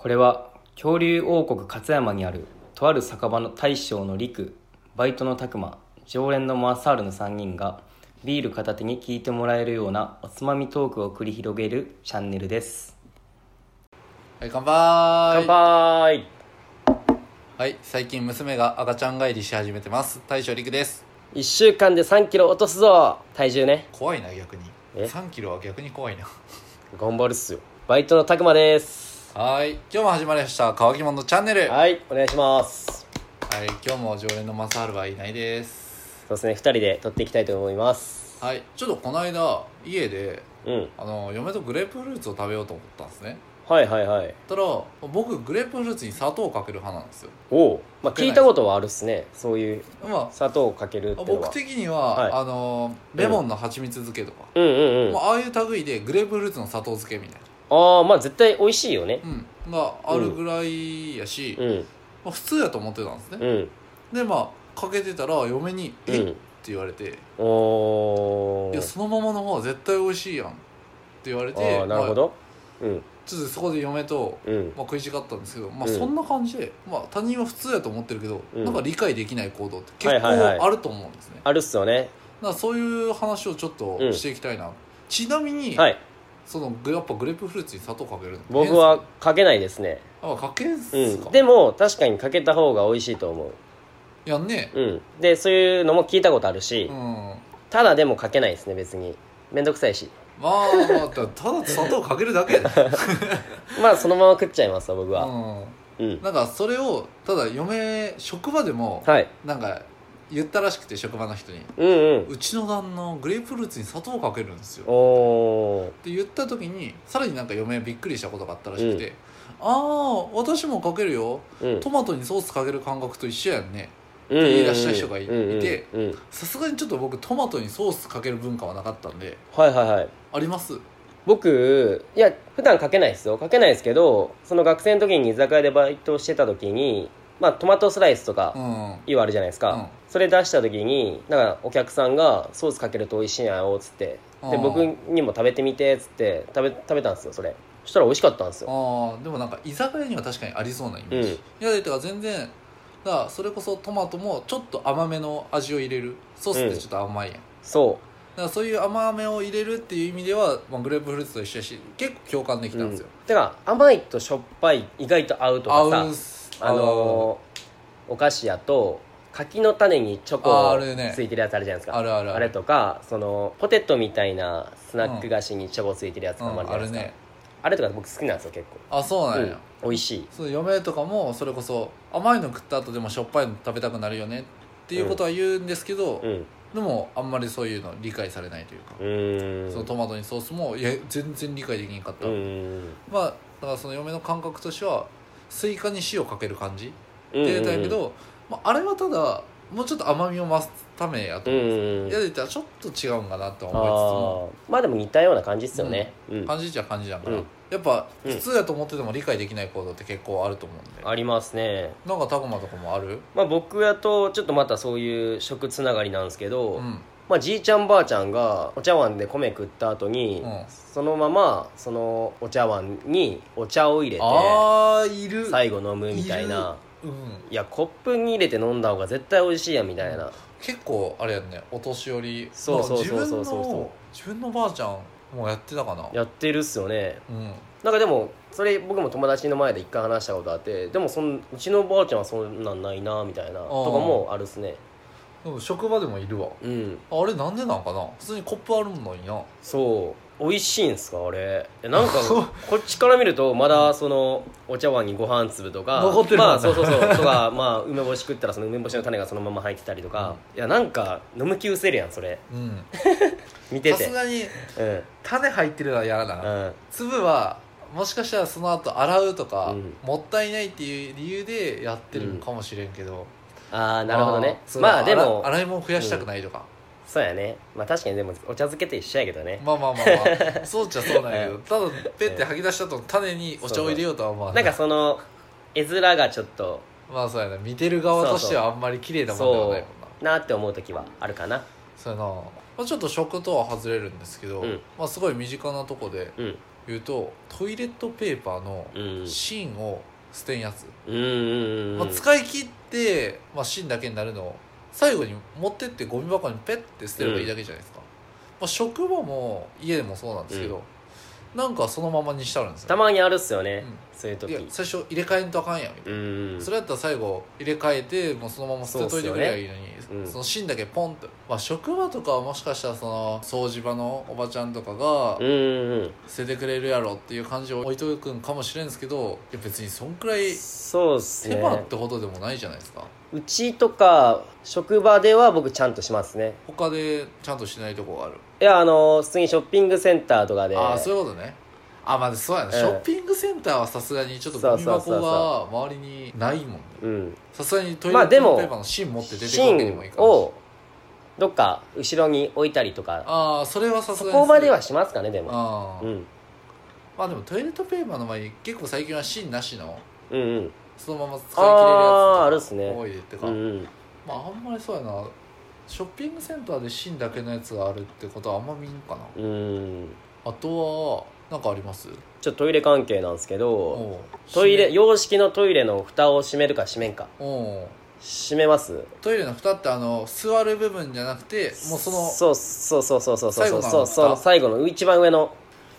これは恐竜王国勝山にあるとある酒場の大将の陸、バイトの拓磨、常連のマーサールの3人がビール片手に聞いてもらえるようなおつまみトークを繰り広げるチャンネルです。 はい、乾杯。 乾杯。 はい、最近娘が赤ちゃん帰りし始めてます。大将陸です。 1週間で3キロ落とすぞ。体重ね。 怖いな、逆に3キロは逆に怖いな。 頑張るっすよ。バイトの拓磨です。 はい、今日も始まりました乾き物チャンネル。 はい、お願いします。 はい、今日も常連のマサールはいないです。 そうですね、2人で撮っていきたいと思います。 はい、ちょっとこの間家でうん嫁とグレープフルーツを食べようと思ったんですね。 はいはいはい。 ただ僕グレープフルーツに砂糖をかける派なんですよ。 おお、まあ聞いたことはあるっすね。そういうま砂糖をかけるってのは僕的には、 はい、 レモンの蜂蜜漬けとか、 うんああいう類でグレープフルーツの砂糖漬けみたいな、 ああ、まあ絶対美味しいよね。 があるぐらいやし、普通やと思ってたんですね。でかけてたら嫁に「えっ?」って言われて「いやそのままの方が絶対美味しいやん」って言われて、 なるほど。 ちょっとそこで嫁と、食い違ったんですけど、そんな感じで、他人は普通やと思ってるけど、なんか理解できない行動って結構あると思うんですね。 あるっすよね。 だからそういう話をちょっとしていきたいな。ちなみに、やっぱグレープフルーツに砂糖かけるの僕はかけないですね。 かけんすか。 でも確かにかけた方が美味しいと思う。 やんね。 でそういうのも聞いたことあるし、ただでもかけないですね。別にめんどくさいし、 ただ砂糖かけるだけまあそのまま食っちゃいますわ僕は。 なんかそれをただ職場でもなんか言ったらしくて、職場の人にうちの旦那グレープフルーツに砂糖をかけるんですよって言った時に、さらになんか嫁びっくりしたことがあったらしくて、ああ私もかけるよ、トマトにソースかける感覚と一緒やんねって言い出した人がいて、さすがにちょっと僕トマトにソースかける文化はなかったんで。あります？ 僕いや普段かけないですよ。かけないですけど、その学生の時に居酒屋でバイトしてた時にトマトスライスとかいうあるじゃないですか、それ出した時になんかお客さんがソースかけると美味しいんやよっつって、で僕にも食べてみてっつって食べたんですよ。そしたら美味しかったんですよ。 でもなんか居酒屋には確かにありそうなイメージ、いやだから全然だからそれこそトマトもちょっと甘めの味を入れる。ソースってちょっと甘いやん、だからそういう甘めを入れるっていう意味では、グレープフルーツと一緒やし結構共感できたんですよ。 だから甘いとしょっぱい意外と合うとかさ、お菓子やと柿の種にチョコついてるやつあるじゃないですか。あれとか、そのポテトみたいなスナック菓子にチョコついてるやつとかもあるじゃないですか。あれとか僕好きなんですよ結構。 そうなんや、 美味しい。 そう嫁とかもそれこそ甘いの食った後でもしょっぱいの食べたくなるよねっていうことは言うんですけど、でもあんまりそういうの理解されないというか、そのトマトにソースも全然理解できなかった。だからその嫁の感覚としてはスイカに塩かける感じって言ったんやけど、あれはただもうちょっと甘みを増すためやと思うんですよ。やでたらちょっと違うんかなと思いつつも、 でも似たような感じっすよね。 感じっちゃ感じだから、やっぱ普通やと思ってても理解できない行動って結構あると思うんで。 ありますね。 なんかタコマとかもある？ 僕やとちょっとまたそういう食つながりなんですけど、じいちゃんばあちゃんがお茶碗で米食った後に、そのままそのお茶碗にお茶を入れて最後飲むみたいな。いやコップに入れて飲んだ方が絶対美味しいやんみたいな、 結構あれやんね、お年寄り。 そう自分のばあちゃんもやってたかな。 やってるっすよね。なんかでもそれ僕も友達の前で一回話したことあって、でもうちのばあちゃんはそんなんないなみたいなとかもあるっすね。 でも職場でもいるわ。あれなんでなんかな。普通にコップあるのにな。 そう美味しいんすかあれ。なんかこっちから見るとまだそのお茶碗にご飯粒とか残ってるもんね。 そうとか梅干し食ったらその梅干しの種がそのまま入ってたりとか、いやなんか飲む気失せるやんそれ。見ててさすがに種入ってるのは嫌だな。粒はもしかしたらその後洗うとか、もったいないっていう理由でやってるかもしれんけど、 なるほどね。 でも洗い物増やしたくないとか、 そうやね。確かにでもお茶漬けって一緒やけどね。 そうっちゃそうなんやけど、ただペッて吐き出した後の種にお茶を入れようとは思わない。 なんかその絵面がちょっとそうやな、見てる側としてはあんまり綺麗なもんではないもんなって思う時はあるかな。 そうやな。ちょっと食とは外れるんですけど、すごい身近なとこで、 言うとトイレットペーパーの芯を捨てんやつ、使い切って、芯だけになるのを最後に持ってってゴミ箱にペッて捨てればいいだけじゃないですか、職場も家でもそうなんですけど、なんかそのままにしてあるんですよ。 たまにあるっすよね、そういう時。 いや最初入れ替えんとあかんやんみたいな、それやったら最後入れ替えてもうそのまま捨てといてくればいいのに、その芯だけポンと、職場とかはもしかしたらその掃除場のおばちゃんとかが捨ててくれるやろっていう感じを置いとくんかもしれんですけど、いや別にそんくらい手間ってほどでもないじゃないですか。 うちとか職場では僕ちゃんとしますね。 他でちゃんとしないとこがある？ いや普通にショッピングセンターとかで。 そういうことね。そうやな、ショッピングセンターはさすがにちょっとゴミ箱が周りにないもんね。さすがにトイレットペーパーの芯持って出てくるわけにもいかないし、 をどっか後ろに置いたりとか。 それはさすがにそこまではしますかね。でもでもトイレットペーパーの場合結構最近は芯なしのそのまま使い切れるやつとかあるっすね。 多いでってか、あんまりそうやな、ショッピングセンターで芯だけのやつがあるってことはあんま見んかな。あとはなんかあります？ ちょっとトイレ関係なんですけど、洋式のトイレの蓋を閉めるか閉めんか。閉めます？ トイレの蓋って座る部分じゃなくてもうその最後の一番上の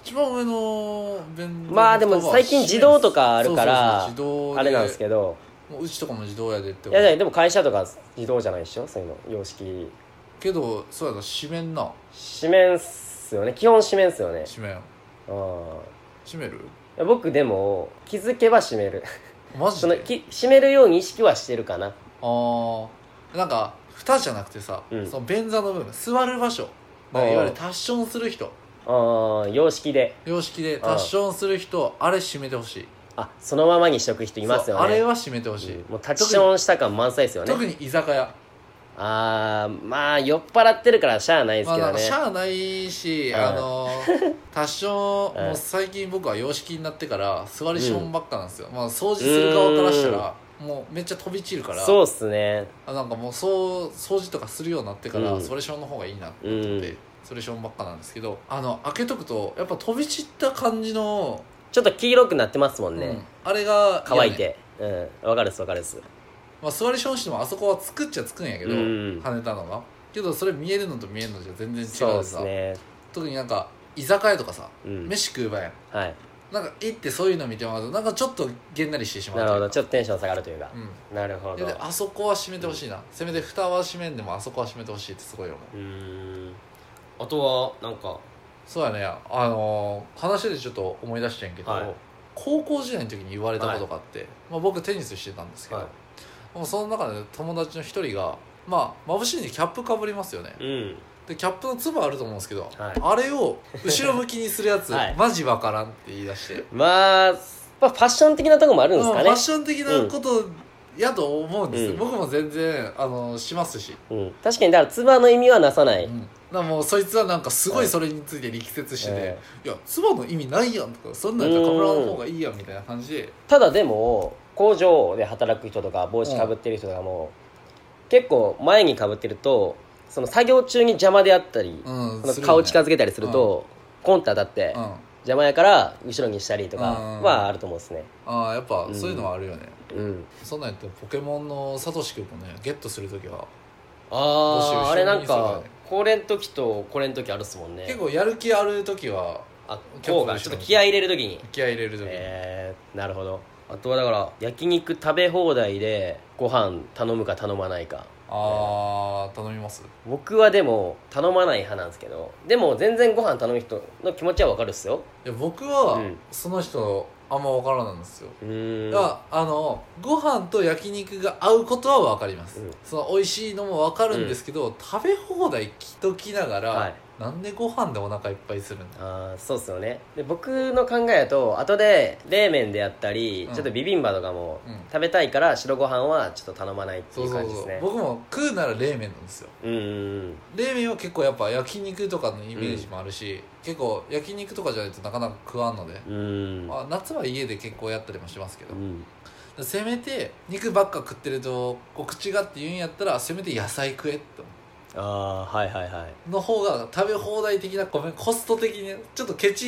でも最近自動とかあるからあれなんですけど、 もううちとかも自動やでって。 いやでも会社とか自動じゃないでしょ、そういうの洋式。 けどそうやな、閉めんな。 閉めんすよね、基本閉めんすよね。 閉めん。閉める？ 僕でも気づけば閉める。 マジで？ 閉めるように意識はしてるかな。 なんか蓋じゃなくてさ、その便座の部分、座る場所、いわゆるタッションする人、 洋式でタッションする人、あれ閉めてほしい。 そのままにしとく人いますよね。 あれは閉めてほしい、 もうタッチションした感満載ですよね。 特に居酒屋。 酔っ払ってるからしゃあないですけどね。 しゃあないし、タッション、もう最近僕は洋式になってから座りションばっかなんですよ。掃除する側からしたらもうめっちゃ飛び散るから。 そうっすね。 なんかもう掃除とかするようになってから、それションの方がいいなって思って、それションばっかなんですけど、開けとくとやっぱ飛び散った感じのちょっと黄色くなってますもんね、 あれが乾いて。わかるっす。 座りションしてもあそこはつくっちゃつくんやけど、跳ねたのがけどそれ見えるのと見えるのじゃ全然違うさ。 そうですね。 特になんか居酒屋とかさ、飯食う場合なんか行ってそういうの見てもらうとなんかちょっとげんなりしてしまう。 なるほど、ちょっとテンション下がるというか。なるほど。 あそこは閉めてほしいな、せめて蓋は閉めんでもあそこは閉めてほしいってすごい思う。 あとはなんかそうやね、話でちょっと思い出してんけど、高校時代の時に言われたことがあって、僕テニスしてたんですけど、その中で友達の一人が眩しいにキャップかぶりますよね、でキャップのつばあると思うんですけど、あれを後ろ向きにするやつ、マジわからんって言い出してファッション的なとこもあるんですかね。 ファッション的なことやと思うんです、僕も全然しますし、 確かにだからつばの意味はなさない、 もうそいつはなんかすごいそれについて力説してて、いやつばの意味ないやんとか、そんなんやったらかぶらん方がいいやんみたいな感じで。 ただでも工場で働く人とか帽子かぶってる人とかも、結構前にかぶってるとその作業中に邪魔であったり、顔近づけたりすると、コンって当たって、邪魔やから後ろにしたりとかはあると思うんですね。 やっぱそういうのはあるよね。そんなんやってポケモンのサトシ君もねゲットするときはあれなんかこれん時とこれん時あるっすもんね。 結構やる気あるときは今日がちょっと気合い入れるときになるほど。あとはだから焼肉食べ放題でご飯頼むか頼まないか。 頼みます。 僕はでも頼まない派なんですけど、でも全然ご飯頼む人の気持ちは分かるっすよ。 いや僕はその人あんま分からないんですよ。ご飯と焼肉が合うことは分かります、その美味しいのも分かるんですけど、食べ放題着ときながら、なんでご飯でお腹いっぱいするんだ。 そうっすよね。で僕の考えだと後で冷麺であったり、ちょっとビビンバとかも食べたいから白ご飯はちょっと頼まないっていう感じですね。 僕も食うなら冷麺なんですよ。冷麺は結構やっぱ焼肉とかのイメージもあるし、結構焼肉とかじゃないとなかなか食わんので、夏は家で結構やったりもしますけど、せめて肉ばっか食ってるとお口がって言うんやったらせめて野菜食えって思う。の方が食べ放題的なコスト的にちょっとケチく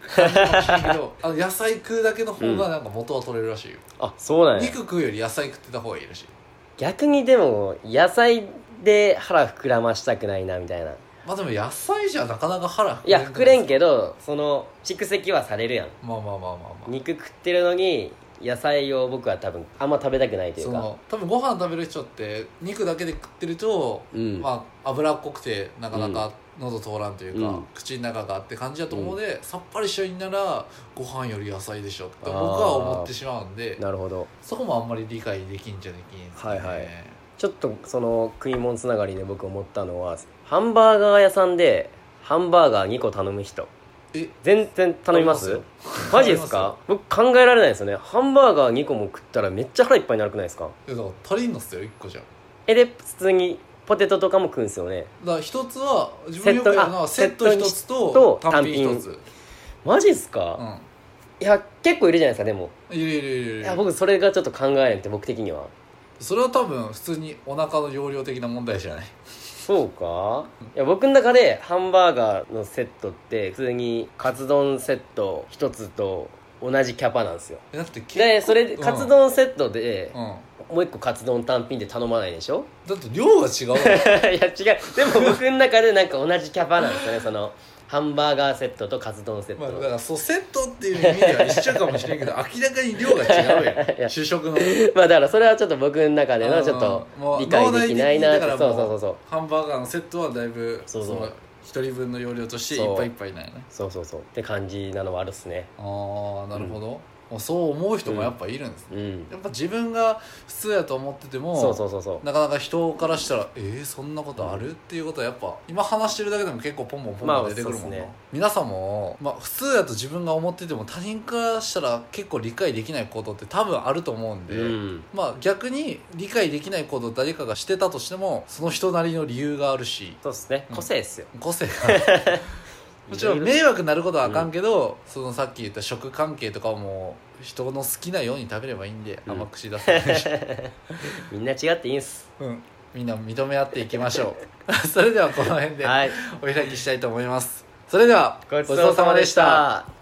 感じかもしれんけど野菜食うだけの方がなんか元は取れるらしいよ、 あ、そうなんや。 肉食うより野菜食ってた方がいいらしい。 逆にでも野菜で腹膨らましたくないなみたいな。 まあでも野菜じゃなかなか腹膨れん。 いや膨れんけど、その蓄積はされるやん。 まあまあまあまあまあ、 肉食ってるのに野菜を僕は多分あんま食べたくないというか、 多分ご飯食べる人って肉だけで食ってると、まあ脂っこくてなかなか喉通らんというか、口の中がって感じだと思うので、さっぱりしたいんならご飯より野菜でしょって僕は思ってしまうんで、 なるほど、 そこもあんまり理解できんじゃできんですね。 はいはい。ちょっとその食い物つながりで僕思ったのは、ハンバーガー屋さんでハンバーガー2個頼む人、全然頼みます？マジですか？僕考えられないですよね。ハンバーガー2個も食ったらめっちゃ腹いっぱいになるくないですか？ だから足りんのっすよ1個じゃ。 で普通にポテトとかも食うんですよね。 だから一つは自分よくやるのはセット一つと単品一つ。 マジっすか？いや結構いるじゃないですか。でもいる。 いや僕それがちょっと考えないって僕的には。 それは多分普通にお腹の容量的な問題じゃない。 そうか？いや僕の中でハンバーガーのセットって普通にカツ丼セット一つと同じキャパなんですよ。 だってでそれでカツ丼セットで、もう一個カツ丼単品で頼まないでしょ？ だって量が違ういや違う。でも僕の中でなんか同じキャパなんですよね。そのハンバーガーセットとカツ丼セット、 だからそうセットっていう意味では一緒かもしれんけど明らかに量が違うやん主食のまあだからそれはちょっと僕の中でのちょっと理解できないなって。そうハンバーガーのセットはだいぶその一人分の容量としていっぱいいっぱいなんやね。そうって感じなのはあるっすね。 ああなるほど、そう思う人もやっぱいるんですね、やっぱ自分が普通やと思っててもなかなか人からしたらそんなことある、っていうことはやっぱ今話してるだけでも結構ポンポンポンポン出てくるもんな、皆さんも、普通やと自分が思ってても他人からしたら結構理解できないことって多分あると思うんで、逆に理解できないことを誰かがしてたとしてもその人なりの理由があるし、 そうですね、個性ですよ、 個性がもちろん迷惑になることはあかんけど、そのさっき言った食関係とかも人の好きなように食べればいいんで、甘くし出せないしみんな違っていいんす、 みんな認め合っていきましょうそれではこの辺でお開きしたいと思います。それではごちそうさまでした。